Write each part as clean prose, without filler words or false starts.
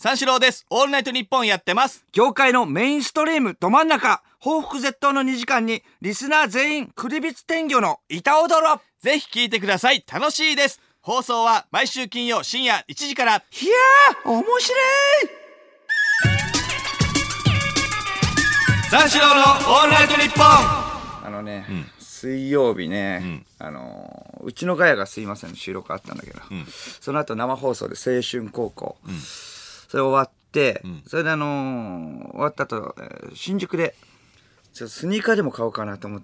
三四郎です。オールナイトニッポンやってます。 業界のメインストリームど真ん中、報復絶倒の2時間にリスナー全員クリビツ天魚の板踊ろ。 ぜひ聞いてください。楽しいです。放送は毎週金曜深夜1時から。いやー面白い。 三四郎のオールナイトニッポン。 水曜日ね、うちのガヤがすいません収録あったんだけど、その後生放送で青春高校、それ終わって、それで終わった後、新宿でちょっとスニーカーでも買おうかなと思って、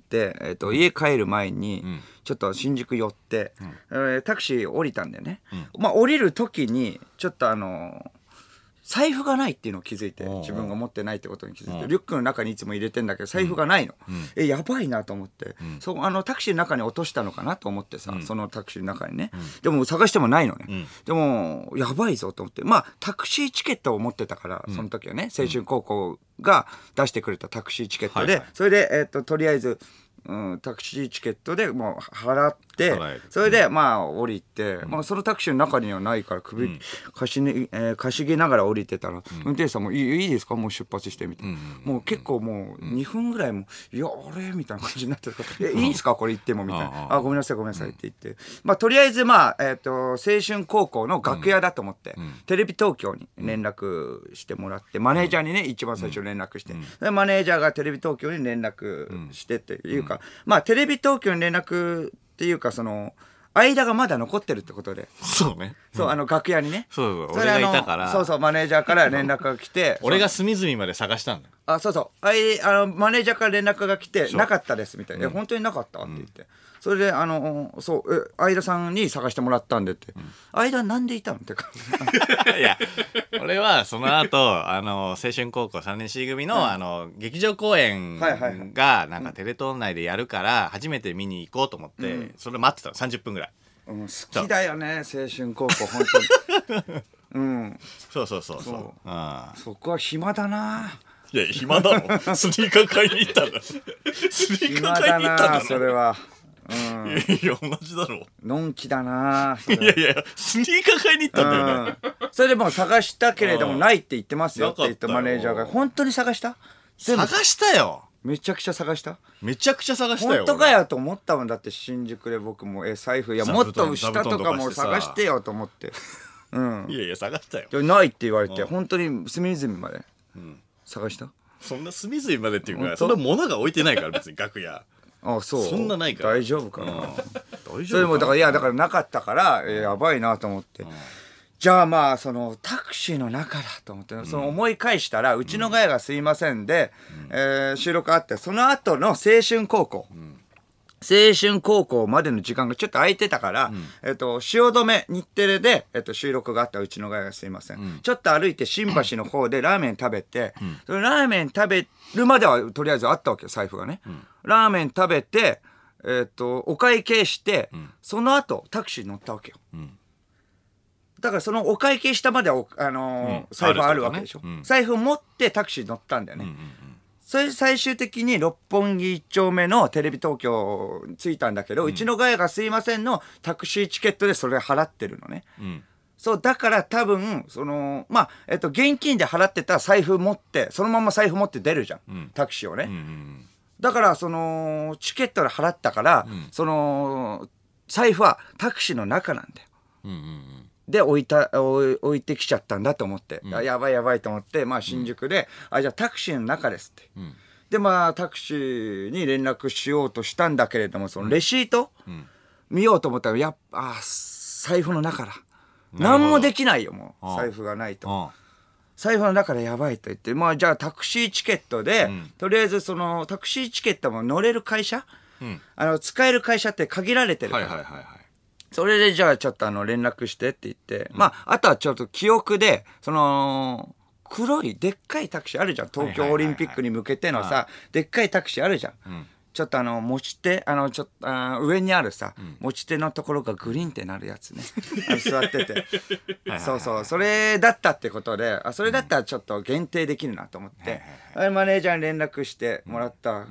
家帰る前にちょっと新宿寄って、タクシー降りたんだよね、降りる時にちょっと財布がないっていうのを気づいて、自分が持ってないってことに気づいて、リュックの中にいつも入れてんだけど財布がないの、やばいなと思って、タクシーの中に落としたのかなと思ってさ、そのタクシーの中にね、でも探してもないのね、でもやばいぞと思って、タクシーチケットを持ってたから、その時はね青春高校が出してくれたタクシーチケットで、それでとりあえずタクシーチケットでもう払って、それで降りて、そのタクシーの中にはないから首かしげながら降りてたら、運転手さんもいいですかもう出発してみたいな、もう結構もう2分ぐらいもいやあれみたいな感じになってるからいいんですかこれ行ってもみたいな、ごめんなさいごめんなさいって言って、とりあえず青春高校の楽屋だと思って、テレビ東京に連絡してもらって、マネージャーにね一番最初連絡して、でマネージャーがテレビ東京に連絡してっていうか、テレビ東京に連絡っていうか、その間がまだ残ってるってことで、 そうね、 楽屋にね、 俺がいたから、 マネージャーから連絡が来て俺が隅々まで探したんだよ。 マネージャーから連絡が来て、なかったですみたいな、本当になかったって言って、それで相田さんに探してもらったんでって、相田なんでいたのってかいや俺はその後青春高校3年 C 組の、劇場公演がなんかテレ東内でやるから初めて見に行こうと思って、それ待ってたの30分ぐらい、 好きだよね青春高校本当にそうそこは暇だな。 いや暇だろスニーカー買いに行ったんだスニーカー買いに行ったんだそれは。 いや同じだろ、 のんきだな。 いやスニーカー買いに行ったんだよね、 それでもう探したけれどもないって言ってますよって言ったマネージャーが、本当に探した？ 探したよ、 めちゃくちゃ探した。 めちゃくちゃ探したよ。 本当かよと思ったもんだって、新宿で僕も財布もっと下とかも探してよと思って、 いや探したよ。 ないって言われて、本当に隅々まで探した。 そんな隅々までっていうか、そんな物が置いてないから別に楽屋。 そうそんなないから大丈夫かな、それもだからなかったから、やばいなと思って、じゃあそのタクシーの中だと思って、その思い返したら、うちのガヤがすいませんで、収録あって、その後の青春高校、青春高校までの時間がちょっと空いてたから、汐留日テレで、収録があったうちのガヤがすいません、ちょっと歩いて新橋の方でラーメン食べて、そのラーメン食べるまではとりあえずあったわけよ、財布がね、ラーメン食べて、お会計して、その後タクシーに乗ったわけよ、だからそのお会計したまでは財布あるわけでしょ、財布持ってタクシーに乗ったんだよね、それで最終的に六本木1丁目のテレビ東京に着いたんだけど、うちのガヤがすいませんのタクシーチケットでそれ払ってるのね、そうだから多分現金で払ってた財布持って、そのまま財布持って出るじゃん、タクシーをね、だからそのチケットで払ったから、その財布はタクシーの中なんだよ、で置いてきちゃったんだと思って、やばいやばいと思って、新宿で、じゃあタクシーの中ですって、でタクシーに連絡しようとしたんだけれども、そのレシート、見ようと思ったら財布の中だ、何もできないよもう、財布がないと、財布の中でやばいと言って、じゃあタクシーチケットで、とりあえずそのタクシーチケットも乗れる会社、使える会社って限られてるから、それでじゃあちょっと連絡してって言って、あとはちょっと記憶で、その黒いでっかいタクシーあるじゃん、東京オリンピックに向けてのさ、でっかいタクシーあるじゃん、ちょっと持ち手ちょっと上にあるさ、持ち手のところがグリーンってなるやつね座っててそうそれだったってことで、それだったらちょっと限定できるなと思って、マネージャーに連絡してもらった、結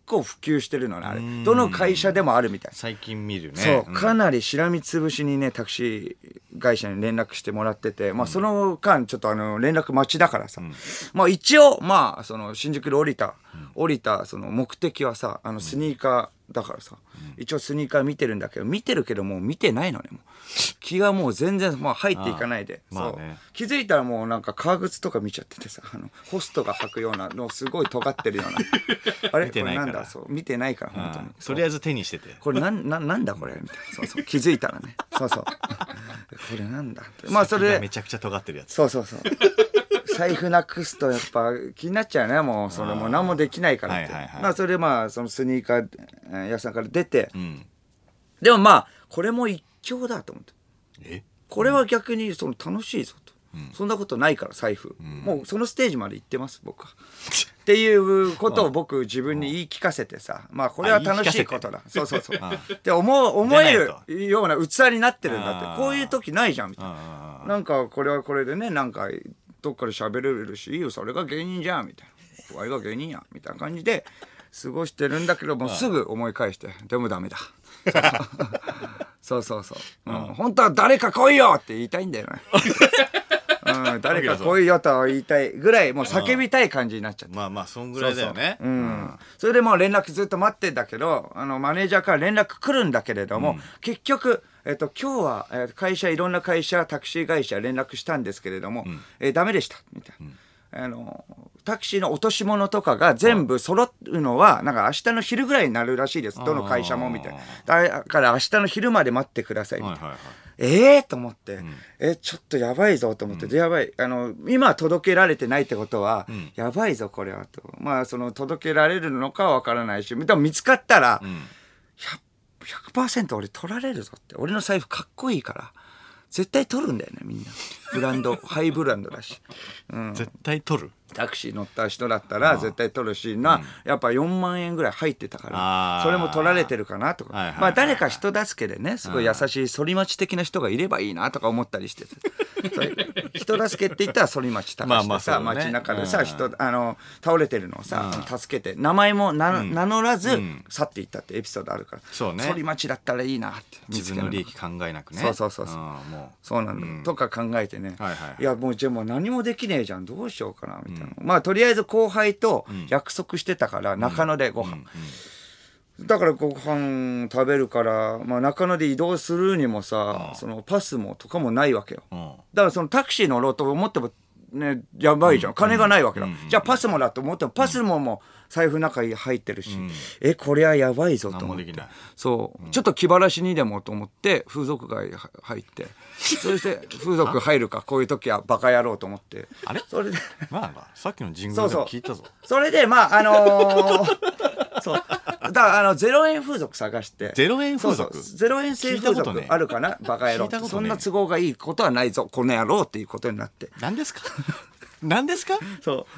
構普及してるのねあれ。どの会社でもあるみたいな。 最近見るね。 そう、かなりしらみつぶしにねタクシー会社に連絡してもらってて、まあその間ちょっと連絡待ちだからさ、まあ一応まあその新宿で降りたその目的はさスニーカーだからさ、一応スニーカー見てるんだけどもう見てないのね。もう気がもう全然もう入っていかないで、そう気づいたらもうなんか革靴とか見ちゃっててさ、ホストが履くようなのすごい尖ってるようなあれこれなんだ、そう見てないから本当に。 とりあえず手にしてて、 これなんだこれみたいな。そうそう気づいたらね、そうそうこれなんだって、まあそれでめちゃくちゃ尖ってるやつ。 そう財布なくすとやっぱ気になっちゃうね。もうそれもう何もできないからって、まあそれでまあそのスニーカー屋さんから出て、でもまあこれも一興だと思って、これは逆にその楽しいぞと、そんなことないから財布、もうそのステージまで行ってます僕はっていうことを僕自分に言い聞かせてさ、まあこれは楽しいことだ、そうって思えるような器になってるんだって。こういう時ないじゃんみたいな。なんかこれはこれでね、なんかどっかで喋れるしいいよ、それが芸人じゃんみたいな、わいが芸人やみたいな感じで過ごしてるんだけども、すぐ思い返してでもダメだそう、本当は誰か来いよって言いたいんだよね誰か来いよと言いたいぐらいもう叫びたい感じになっちゃって、 まあそんぐらいだよね。 それでもう連絡ずっと待ってんだけど、マネージャーから連絡来るんだけれども、結局今日はいろんな会社タクシー会社連絡したんですけれども、ダメでしたみたいな。タクシーの落とし物とかが全部揃うのはなんか明日の昼ぐらいになるらしいです、どの会社もみたいな。だから明日の昼まで待ってくださいみたいな。と思って、ちょっとやばいぞと思って、やばい今届けられてないってことは、やばいぞこれはと。まあその届けられるのかはわからないし、でも見つかったら、100% 俺取られるぞって。俺の財布かっこいいから絶対取るんだよねみんな。ブランドハイブランドだし、 絶対取る。 タクシー乗った人だったら絶対取るしな、やっぱ4万円ぐらい入ってたからそれも取られてるかなとか、まあ誰か人助けでねすごい優しい反町的な人がいればいいなとか思ったりして人助けって言ったら反町隆史でさ、街中でさ倒れてるのをさ助けて名前も名乗らず去っていったってエピソードあるから、反町だったらいいなって自分の利益考えなくね。 そうなんだとか考えてね、いやもうじゃあもう何もできねえじゃん、どうしようかなみたいな。まあとりあえず後輩と約束してたから中野でご飯、だからご飯食べるから、まあ、中野で移動するにもさ、そのパスもとかもないわけよ。だからそのタクシー乗ろうと思ってもねやばいじゃん、金がないわけだ。じゃあパスもだと思ってもパスも財布の中に入ってるし、これはやばいぞと思って、そうちょっと気晴らしにでもと思って風俗街入って、そして風俗入るかこういう時はバカ野郎と思って、 あれそれでまあさっきのジングルで聞いたぞ。 それでまあそうだから0円風俗探して、 0円風俗 0円制風俗あるかな、バカ野郎、そんな都合がいいことはないぞこの野郎っていうことになって、 何ですか何ですかそう、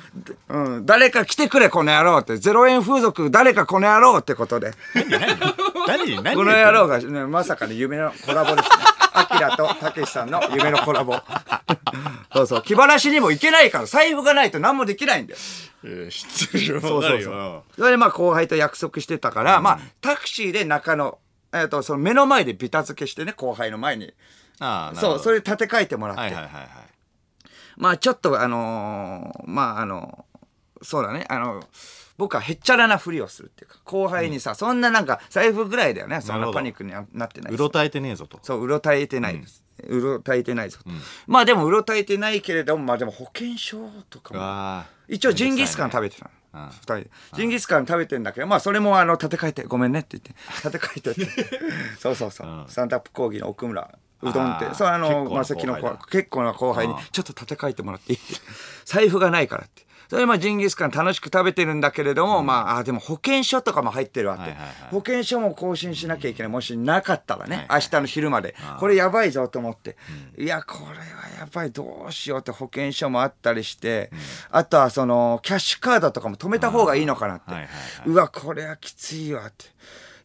誰か来てくれこの野郎って、0円風俗誰かこの野郎ってことで何この野郎が、ね、まさかの夢のコラボですね。アキラとたけしさんの夢のコラボそう気晴らしにも行けないから、財布がないと何もできないんだよ。それでまあ後輩と約束してたから、まあタクシーで中野その目の前でビタ付けしてね、後輩の前にそれ立て替えてもらって、まあちょっとそうだね、僕はへっちゃらなふりをするっていうか、後輩にさ、そんななんか財布ぐらいだよね、そんなパニックにはなってない。 うろたえてねえぞと。 そううろたえてないです、うろたえてないぞと、まあでもうろたえてないけれども、まあでも保険証とかも一応ジンギスカン食べてたの、2人でジンギスカン食べてんだけど、まあそれも立て替えてごめんねって言って立て替えてってそうスタンダップ講義の奥村うどんって、そうマセキの結構な後輩にちょっと立て替えてもらっていいって財布がないからって。それでまあジンギスカン楽しく食べてるんだけれども、まあでも保険証とかも入ってるわけ、保険証も更新しなきゃいけない、もしなかったらね、明日の昼までこれやばいぞと思って、いやこれはやばい、どうしようって保険証もあったりして、あとはそのキャッシュカードとかも止めた方がいいのかなって、うわこれはきついわって、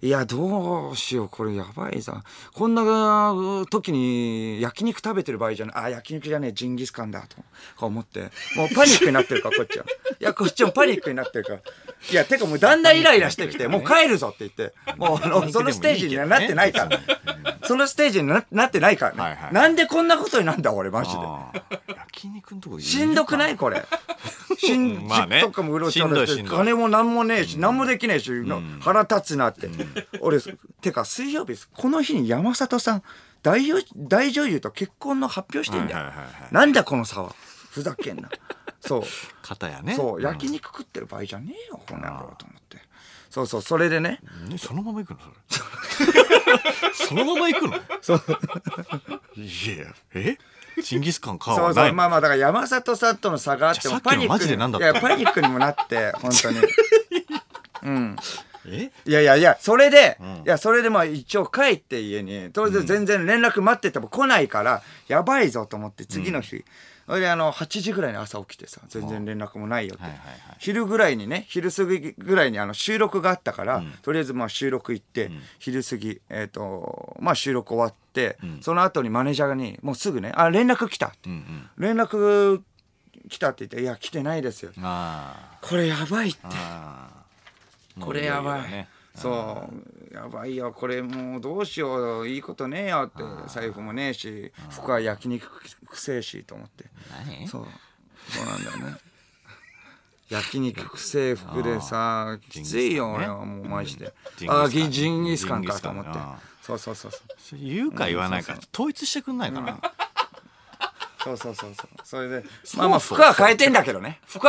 いやどうしようこれやばいさ、こんな時に焼肉食べてる場合じゃない、焼肉じゃねえジンギスカンだと思って、もうパニックになってるからこっちは、いやこっちもパニックになってるから、いやてかもうだんだんイライラしてきて、もう帰るぞって言って、もうそのステージにはなってないから、そのステージになってないからね、なんでこんなことになんだ俺マジで。 焼肉のとこしんどくないこれ。新宿とかもうろちょろして、金もなんもねえし、なんもできねえし、腹立つなって。俺、てか水曜日、この日に山里さん、大女優と結婚の発表してんだよ。なんだこの差は。ふざけんな。そう。 肩やね。 そう、焼肉食ってる場合じゃねえよ、この野郎と思って。そうそう、それでね。 そのまま行くのそれ。そのまま行くのそう。いや、ジンギスカン買わない。 そうそう、まあだから山里さんとの差があってもパニックに、パニックにもなって本当に。うん。いやそれで、それでまあ一応帰って家に当然全然連絡待ってても来ないからやばいぞと思って次の日。それで8時ぐらいに朝起きてさ、全然連絡もないよって、昼ぐらいにね、昼過ぎぐらいに収録があったから、とりあえずまあ収録行って、昼過ぎまあ収録終わって、その後にマネージャーにもうすぐね、連絡来たって、連絡来たって言って、いや来てないですよ、これやばいって、これやばい、そうやばいよこれ、もうどうしよう、いいことねえよって、財布もねえし、服は焼肉くせえしと思って、そうなんだよね。焼肉くせえ服でさ、きついよ俺はもうマジで。ジンギスカンかと思って、そう言うか言わないか統一してくんないかな。 そうそれでまあ服は変えてんだけどね、そこ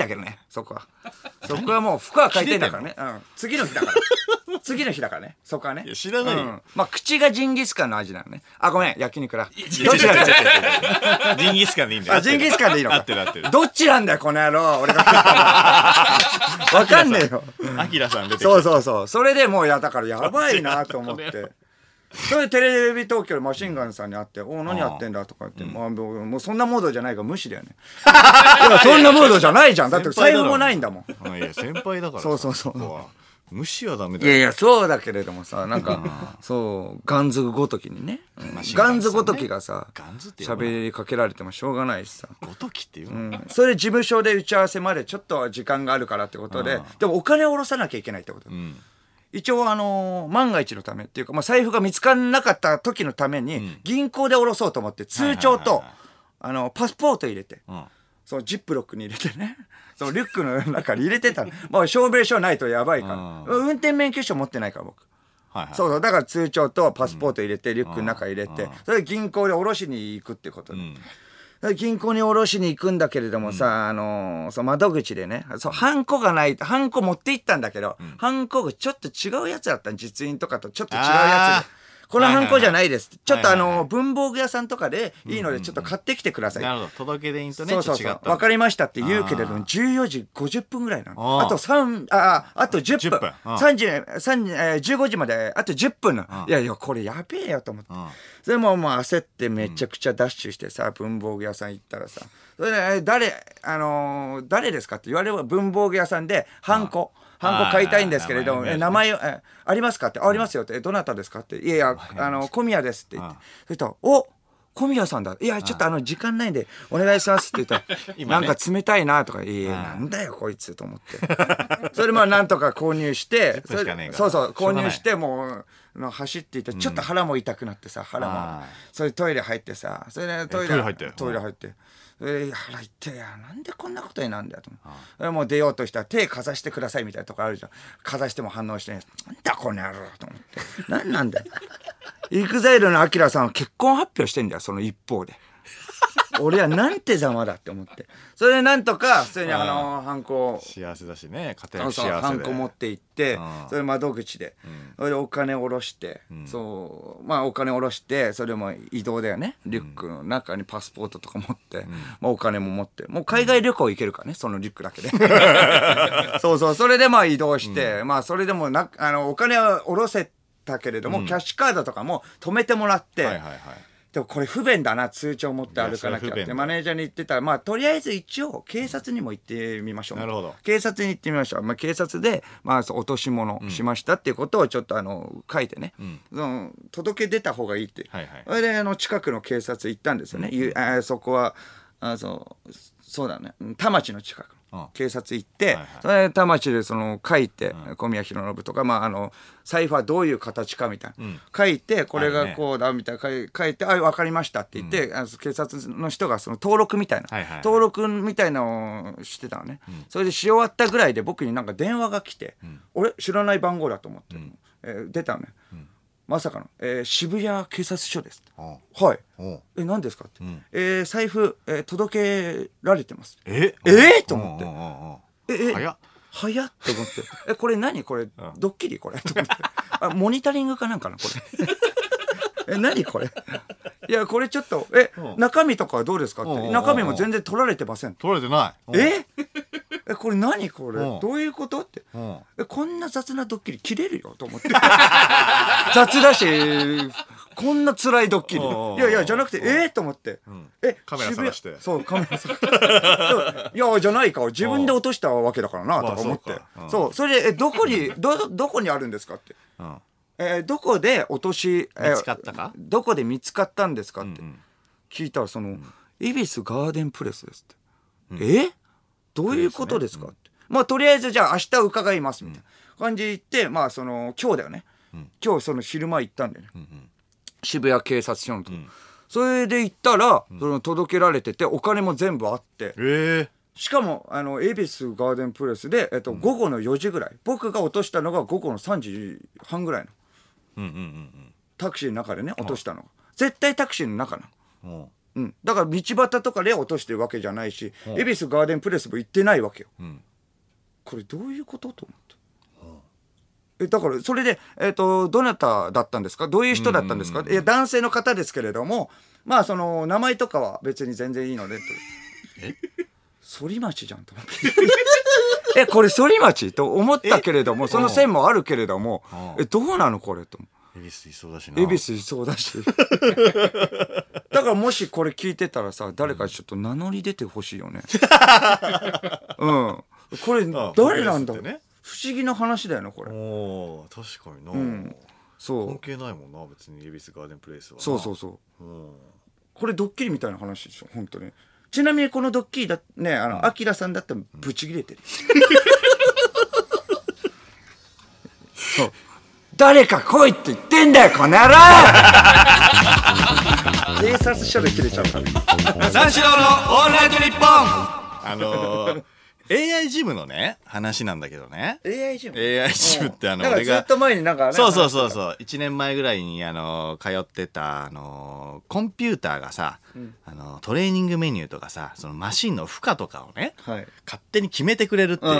はもう服は変えてんだからね、次の日だからね、そこはね。 知らないよ。 まあ口がジンギスカンの味なのね。ごめん、焼肉だ。どっちなんだよ。 ジンギスカンでいいんだよ。 ジンギスカンでいいのか。 合ってる。 どっちなんだよこの野郎、俺が。わかんねえよ。 アキラさん出てきた。 そう。それでもうだからやばいなと思って。それでテレビ東京でマシンガンさんに会って「何やってんだ?」とか言って、もうそんなモードじゃないから無視だよね。いやそんなモードじゃないじゃん、だって財布もないんだもん。 いや先輩だから。 そう無視はダメだよ。 いやそうだけれどもさ、なんかそうガンズごときにね、ガンズごときがさ喋りかけられてもしょうがないしさ、 ごときっていう、 それで事務所で打ち合わせまでちょっと時間があるからってことで、でもお金を下ろさなきゃいけないってこと。一応万が一のためっていうか、財布が見つからなかった時のために銀行で下ろそうと思って通帳とパスポート入れて、そのジップロックに入れてね、そのリュックの中に入れてたの。証明書ないとやばいから、運転免許証持ってないから僕。そうだから通帳とパスポート入れてリュックの中入れて、それで銀行で下ろしに行くってことで。銀行に下ろしに行くんだけれどもさ、その窓口でね、ハンコがない、ハンコ持って行ったんだけど、ハンコがちょっと違うやつだったの、実印とかとちょっと違うやつで。このハンコじゃないです。ちょっと文房具屋さんとかでいいのでちょっと買ってきてください。 なるほど。届け出印とね、 そう。わかりましたって言うけれども、14時50分ぐらいなの。あと10分。15時まであと10分の。いや、これやべえよと思って。それももう焦ってめちゃくちゃダッシュしてさ、文房具屋さん行ったらさ、それで誰ですかって言われれば文房具屋さんでハンコ買いたいんですけれども、名前ありますかって、ありますよって、どなたですかって、いや小宮ですって言って、そしたら小宮さんだ、いやちょっと時間ないんでお願いしますって言ったらなんか冷たいなとか、いやなんだよこいつと思って、それなんとか購入して購入してもう走っていって、ちょっと腹も痛くなってさ、腹もそれトイレ入ってさ、それでトイレ入って腹痛いや、なんでこんなことになんだよと思う。もう出ようとしたら手かざしてくださいみたいなとこあるじゃん。かざしても反応して、なんだこの野郎と思って、なんだよ。EXILE のアキラさんは結婚発表してんだよ、その一方で。俺はなんてざまだって思って、それでなんとか普通にハンコ幸せだしね、家庭の幸せでハンコ持って行って、それ窓口で、それでお金下ろして、お金下ろして、それも移動だよね、リュックの中にパスポートとか持って、お金も持って、もう海外旅行行けるからね、そのリュックだけで。それで移動して、それでもお金は下ろせたけれども、キャッシュカードとかも止めてもらって、 でもこれ不便だな、通帳持って歩かなきゃってマネージャーに言ってたら、まあとりあえず一応警察にも行ってみましょう。 なるほど。 警察に行ってみましょう。まあ警察でまあ落とし物しましたっていうことをちょっと書いてね、届け出た方がいいって。それで近くの警察行ったんですよね。そこはそうだね、田町の近く警察行って、それで田町で書いて、小宮浩信とか、まあ財布はどういう形かみたいな、書いて、これがこうだみたいな書いて、あ、分かりましたって言って、警察の人が登録みたいな、登録みたいなのをしてたのね。それでし終わったぐらいで僕になんか電話が来て、俺知らない番号だと思って、出たのね。まさかの、渋谷警察署です。はい。何ですかって。財布、届けられてます。と思って。早っって思って。これ何これ、ドッキリこれと思って。モニタリングかなんかなこれ。何これ。いや、これちょっと、中身とかはどうですかって。中身も全然取られてません。 取られてない。 これ何これどういうことって。こんな雑なドッキリ切れるよと思って。雑だし、こんな辛いドッキリ。いや、じゃなくて、と思って。 カメラ探して。 そう、カメラ探して。いや、じゃないか。自分で落としたわけだからな、とか思って。そう、それで、どこにあるんですかって。どこで落とし、 見つかったか？ どこで見つかったんですかって聞いたら、恵比寿ガーデンプレスですって。どういうことですかって。まあ、とりあえず、じゃあ明日伺いますみたいな感じで言って、まあ、今日だよね。今日昼間行ったんだよね。渋谷警察署のとこ。それで行ったら、届けられてて、お金も全部あって。しかも、恵比寿ガーデンプレスで、午後の4時ぐらい。僕が落としたのが午後の3時半ぐらいの。タクシーの中でね、落としたのが。絶対タクシーの中なの。だから道端とかで落としてるわけじゃないし、恵比寿ガーデンプレスも行ってないわけよ。これどういうことと思って。だからそれで、どなただったんですか、どういう人だったんですか、いや男性の方ですけれども、まあ名前とかは別に全然いいのでと。反町じゃんと思ってこれ反町と思ったけれども、その線もあるけれども、どうなのこれと。 恵比寿いそうだしな。 恵比寿いそうだし。だからもしこれ聞いてたらさ、誰かちょっと名乗り出てほしいよね。これ誰なんだろう。不思議な話だよねこれ。 確かにな。そう。関係ないもんな別に恵比寿ガーデンプレイスは。 そう。これドッキリみたいな話でしょ本当に。ちなみにこのドッキリだね、アキラさんだったらブチ切れてる。そう。誰か来いって言ってんだよこの野郎。警察署で切れちゃうから。 三四郎のオールナイトニッポン。AI ジムのね話なんだけどね。 AI ジムって俺がずっと前になんかね、 そう1年前ぐらいに通ってたコンピューターがさ、トレーニングメニューとかさ、そのマシンの負荷とかをね、勝手に決めてくれるっていう、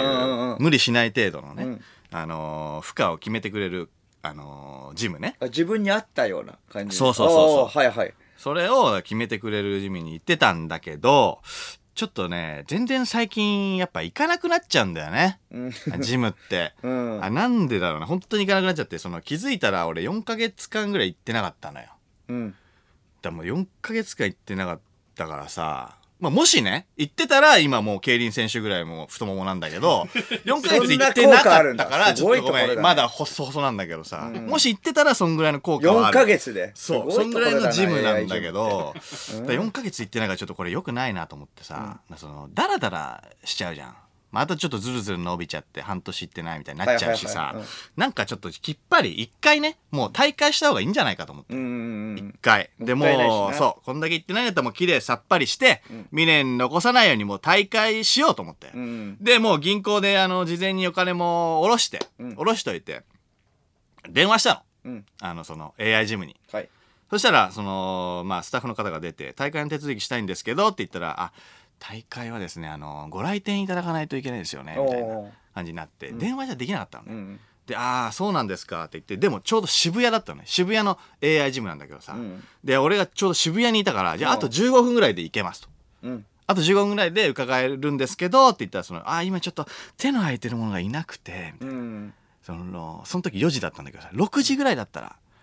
無理しない程度のね、負荷を決めてくれるジムね。 自分に合ったような感じ。 そうそれを決めてくれるジムに行ってたんだけど、ちょっとね全然最近やっぱ行かなくなっちゃうんだよね、ジムって、なんでだろうな、本当に行かなくなっちゃって、気づいたら俺4ヶ月間ぐらい行ってなかったのよ。だからもう4ヶ月間行ってなかったからさ、まあ、もしね行ってたら今もう競輪選手ぐらいも太ももなんだけど4ヶ月行ってなかったからちょっとごめん、まだ細々なんだけどさ、もし行ってたらそんぐらいの効果はある。 4ヶ月でそんぐらいのジムなんだけど、4ヶ月行ってないからちょっとこれ良くないなと思ってさ、ダラダラしちゃうじゃん。またちょっとズルズル伸びちゃって半年行ってないみたいになっちゃうしさ、なんかちょっときっぱり一回ねもう大会した方がいいんじゃないかと思って、一回でもうそうこんだけ行ってないんだったらもう綺麗さっぱりして未練残さないようにもう大会しようと思って、でもう銀行で事前にお金も下ろしといて電話したの、その AI ジムに。そしたらまあスタッフの方が出て大会の手続きしたいんですけどって言ったら、大会はですねご来店いただかないといけないですよねみたいな感じになって、電話じゃできなかったのね。でそうなんですかって言って、でもちょうど渋谷だったのね。渋谷の AI ジムなんだけどさ、で俺がちょうど渋谷にいたから、じゃああと15分ぐらいで行けますと、あと15分ぐらいで伺えるんですけどって言ったら今ちょっと手の空いてるものがいなくてみたいな、その時4時だったんだけどさ、6時ぐらいだったら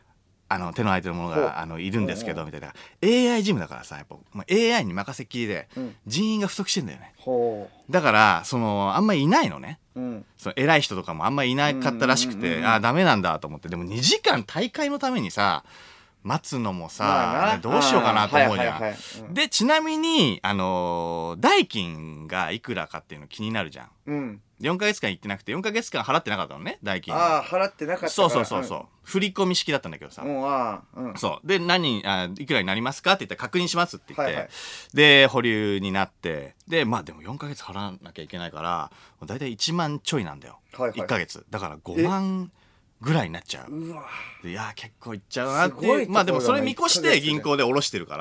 手の空いてるものがいるんですけどみたいな AI ジムだからさやっぱ、AI に任せっきりで人員が不足してんだよね、だからあんまりいないのね、その偉い人とかもあんまりいなかったらしくて、ダメなんだと思って。でも2時間大会のためにさ待つのもさ、どうしようかなと思うじゃん。でちなみに代金がいくらかっていうの気になるじゃん。4ヶ月間行ってなくて4ヶ月間払ってなかったのね、代金。 払ってなかったから。 そう振り込み式だったんだけどさ、そうでいくらになりますかって言ったら確認しますって言って、で保留になって、ででも4ヶ月払わなきゃいけないからだいたい1万ちょいなんだよ、1ヶ月だから5万ぐらいになっちゃう。いや結構いっちゃうなっていう。でもそれ見越して銀行で下ろしてるから、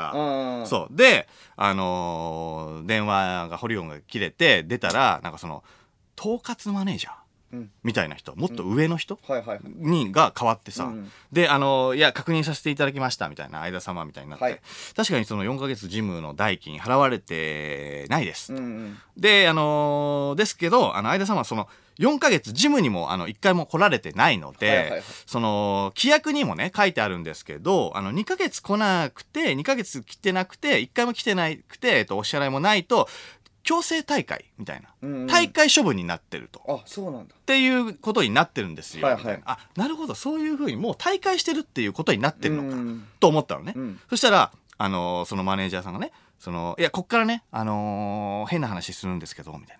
そうで電話が保留音が切れて出たらなんか統括マネージャーみたいな人、もっと上の人が変わってさ、でいや確認させていただきましたみたいな、相田様みたいになって、確かに4ヶ月ジムの代金払われてないですと。でですけど相田様は4ヶ月ジムにも1回も来られてないので、規約にもね書いてあるんですけど、2ヶ月来なくて2ヶ月来てなくて1回も来てなくてお支払いもないと強制大会みたいな、大会処分になってると、 そうなんだっていうことになってるんですよ、なるほど、そういうふうにもう大会してるっていうことになってるのかと思ったのね。そしたらそのマネージャーさんがねいやこっからね変な話するんですけどみたいな。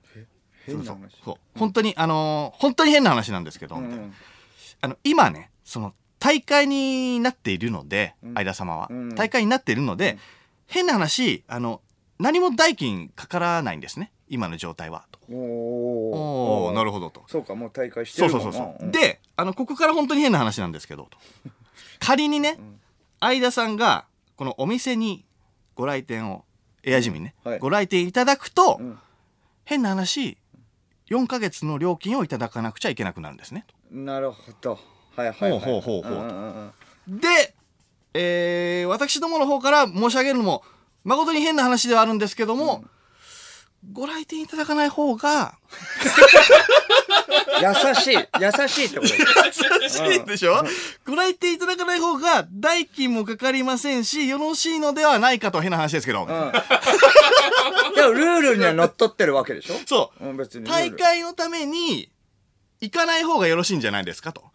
本当に変な話なんですけどみたいな。今ね大会になっているので、相田様は大会になっているので変な話何も代金かからないんですね、今の状態はと。おお、なるほどと。 そうか、もう大会してるもんな。 そうでここから本当に変な話なんですけどと仮にね相田さんがこのお店にご来店をエアジムにねご来店いただくと変な話4ヶ月の料金をいただかなくちゃいけなくなるんですね。 なるほど。 で私どもの方から申し上げるのも誠に変な話ではあるんですけども、ご来店いただかない方が優しいってこと優しいでしょ、ご来店いただかない方が代金もかかりませんしよろしいのではないかと。変な話ですけど、 でもルールにはのっとってるわけでしょ。 そう、別に大会のために行かない方がよろしいんじゃないですかと。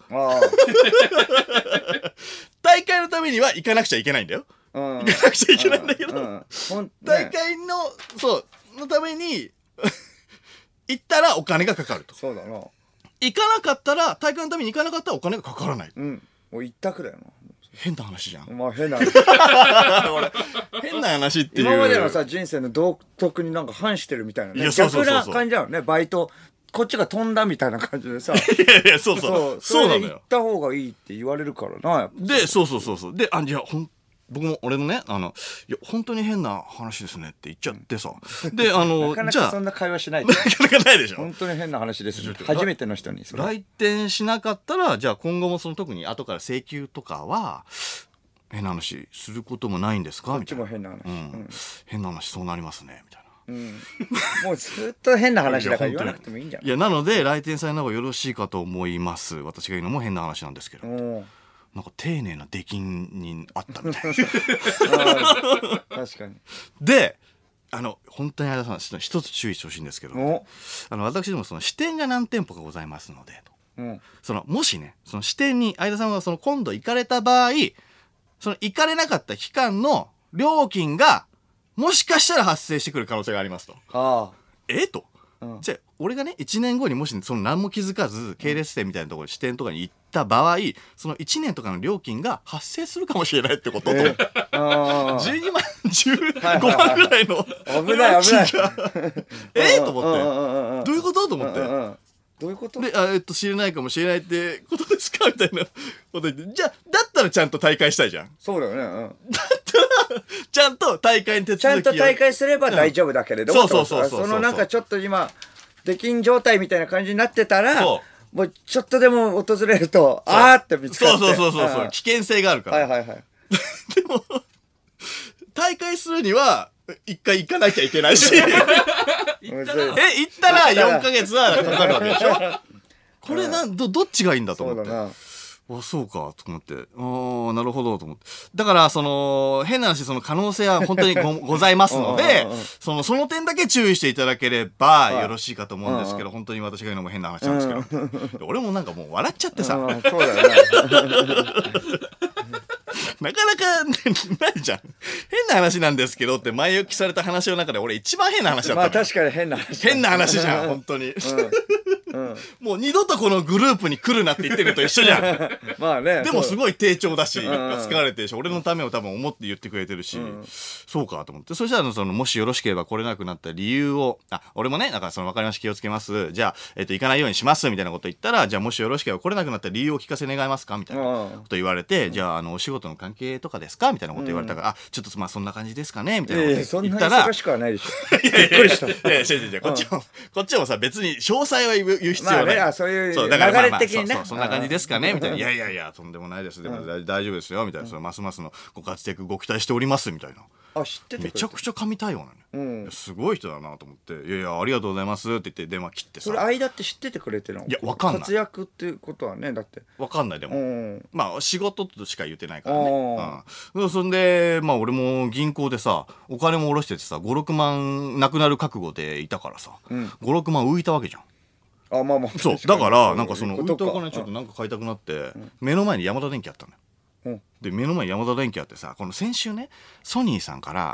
大会のためには行かなくちゃいけないんだよ、行かなくちゃいけないんだけど、大会のために行ったらお金がかかると。 そうだな。 行かなかったら大会のために行かなかったらお金がかからない。 もう一択だよな。 変な話じゃん。 変な話変な話っていう今までのさ人生の道徳になんか反してるみたいなね、逆な感じだよね。バイトこっちが飛んだみたいな感じでさ、 いやそうなのよ。 行った方がいいって言われるからな。 でそうでいや僕も俺のねいや本当に変な話ですねって言っちゃってさ、でなかなかそんな会話しないなかなかないでしょ。 本当に変な話ですね、初めての人に来店しなかったらじゃあ今後も特に後から請求とかは変な話することもないんですかみたいな。 こっちも変な話、 変な話そうなりますねみたいな。もうずっと変な話だから言わなくてもいいんじゃない。 いやなので来店されない方がよろしいかと思います。私が言うのも変な話なんですけど、なんか丁寧な出禁にあったみたいな。 確かに。 で本当に相田さん一つ注意してほしいんですけど、私ども支店が何店舗かございますのでと、もしね支店に相田さんが今度行かれた場合行かれなかった期間の料金がもしかしたら発生してくる可能性がありますと。と。じゃあ俺がね1年後にもし何も気づかず系列店みたいなところ支店とかに行った場合1年とかの料金が発生するかもしれないってことと、12万15万ぐらいの危ないと思ってどういうことと思って、 どういうことで知れないかもしれないってことですかみたいなこと言って、じゃあだったらちゃんと大会したいじゃん。 そうだよね、 だったらちゃんと大会に手続きちゃんと大会すれば大丈夫だけれども、なんかちょっと今出禁状態みたいな感じになってたらもうちょっとでも訪れるとって見つかってそう危険性があるから。でも大会するには一回行かなきゃいけないし行ったら4ヶ月はかかるわけでしょ。これどっちがいいんだと思って。 あ、そうかと思って、ああなるほどと思って、だからその変な話、その可能性は本当にございますので、その点だけ注意していただければよろしいかと思うんですけど、本当に私が言うのも変な話なんですけど、俺もなんかもう笑っちゃってさ、 そうだよねなかなかないじゃん。変な話なんですけどって前置きされた話の中で俺一番変な話だった。 まあ確かに変な話。 変な話じゃん、本当に。もう二度とこのグループに来るなって言ってるのと一緒じゃん。 まあね。 でもすごい丁重だし、疲れてるし、俺のためを多分思って言ってくれてるし、そうかと思って。そしたらもしよろしければ来れなくなった理由を、俺もね、なんか分かりました、気をつけます。じゃあ、行かないようにしますみたいなこと言ったら、じゃあもしよろしければ来れなくなった理由を聞かせ願えますかみたいなこと言われて、じゃあ、お仕事の関係とかですかみたいなこと言われたから、ちょっとまあそんな感じですかねみたいなこと言ったら、 そんな忙しくはないでしょ。びっくりした。 いや、こっちもさ、別に詳細は言う必要ない。 そういう流れ的にね。 そんな感じですかねみたいな。いや、とんでもないです。でも大丈夫ですよみたいな。ますますのご活躍ご期待しておりますみたいな。 あ、知っててめちゃくちゃ神対応なのよ。すごい人だなと思って、いやありがとうございますって言って電話切ってさ。 それ間って知っててくれてるの？いや、わかんない。 活躍っていうことはね、だってわかんない。でもまあ仕事としか言ってないからね。そんでまあ俺も銀行でさ、お金も下ろしててさ、5、6万なくなる覚悟でいたからさ、5、6万浮いたわけじゃん。 あ、まあまあ、 そうだからなんかその浮いたお金ちょっとなんか買いたくなって、目の前にヤマダ電機あったのよ。で目の前にヤマダ電機あってさ、この先週ね、ソニーさんから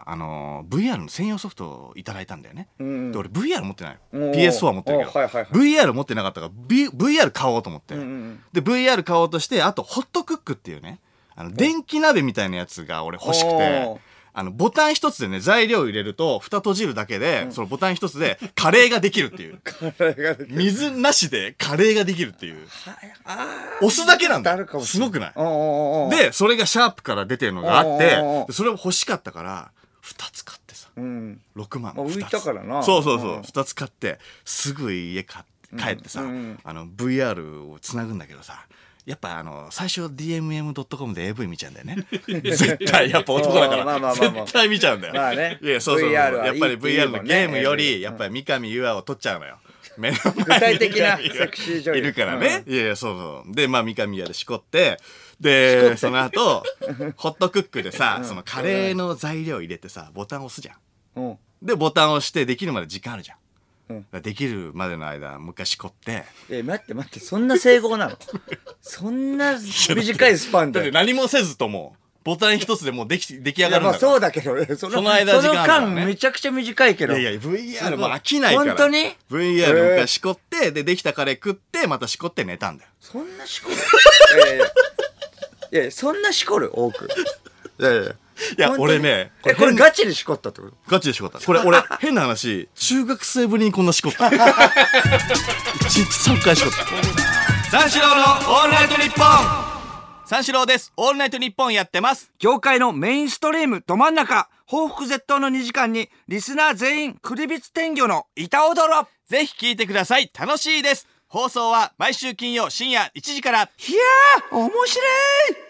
VR の専用ソフトをいただいたんだよね。で俺 VR 持ってないよ。 PS4 は持ってるけど VR 持ってなかったから VR 買おうと思って、で VR 買おうとして、あとホットクックっていうね、電気鍋みたいなやつが俺欲しくて、ボタン一つでね、材料入れると蓋閉じるだけで、そのボタン一つでカレーができるっていう。水なしでカレーができるっていう。押すだけなんだよ。すごくない？でそれがシャープから出てるのがあって、それを欲しかったから2つ買ってさ、6万浮いたからな。 そう2つ買ってすぐ家帰ってさ、VR をつなぐんだけどさ、やっぱ最初 DMM.com で AV 見ちゃうんだよね。絶対やっぱ男だから絶対見ちゃうんだよ。 まあね。 いやそうやっぱり VR のゲームよりやっぱり三上優愛を撮っちゃうのよ。目の具体的なセクシー女優いるからね。いやそうでまあ三上優愛でしこって、でその後ホットクックでさ、そのカレーの材料入れてさ、ボタン押すじゃん。でボタン押してできるまで時間あるじゃん。できるまでの間もう一回しこって。 待ってそんな整合なの？そんな短いスパンで。 だって何もせずともボタン一つでもう出来上がるんだから。 まあそうだけどその間時間あるからね。その間めちゃくちゃ短いけど。 いや VR も飽きないから。 本当に VR もう一回しこって、できたカレー食ってまたしこって寝たんだよ。 そんなしこる？いやそんなしこる多く。 いや俺ね、 これガチでしこったってこと？ ガチでしこった。これ俺変な話、中学生ぶりにこんなしこった。1日3回しこった。三四郎のオールナイトニッポン。三四郎です。オールナイトニッポンやってます。 業界のメインストリームど真ん中、報復絶倒の2時間にリスナー全員クリビツ天魚の板踊ろ。 ぜひ聞いてください。楽しいです。放送は毎週金曜深夜1時から。いやー面白い。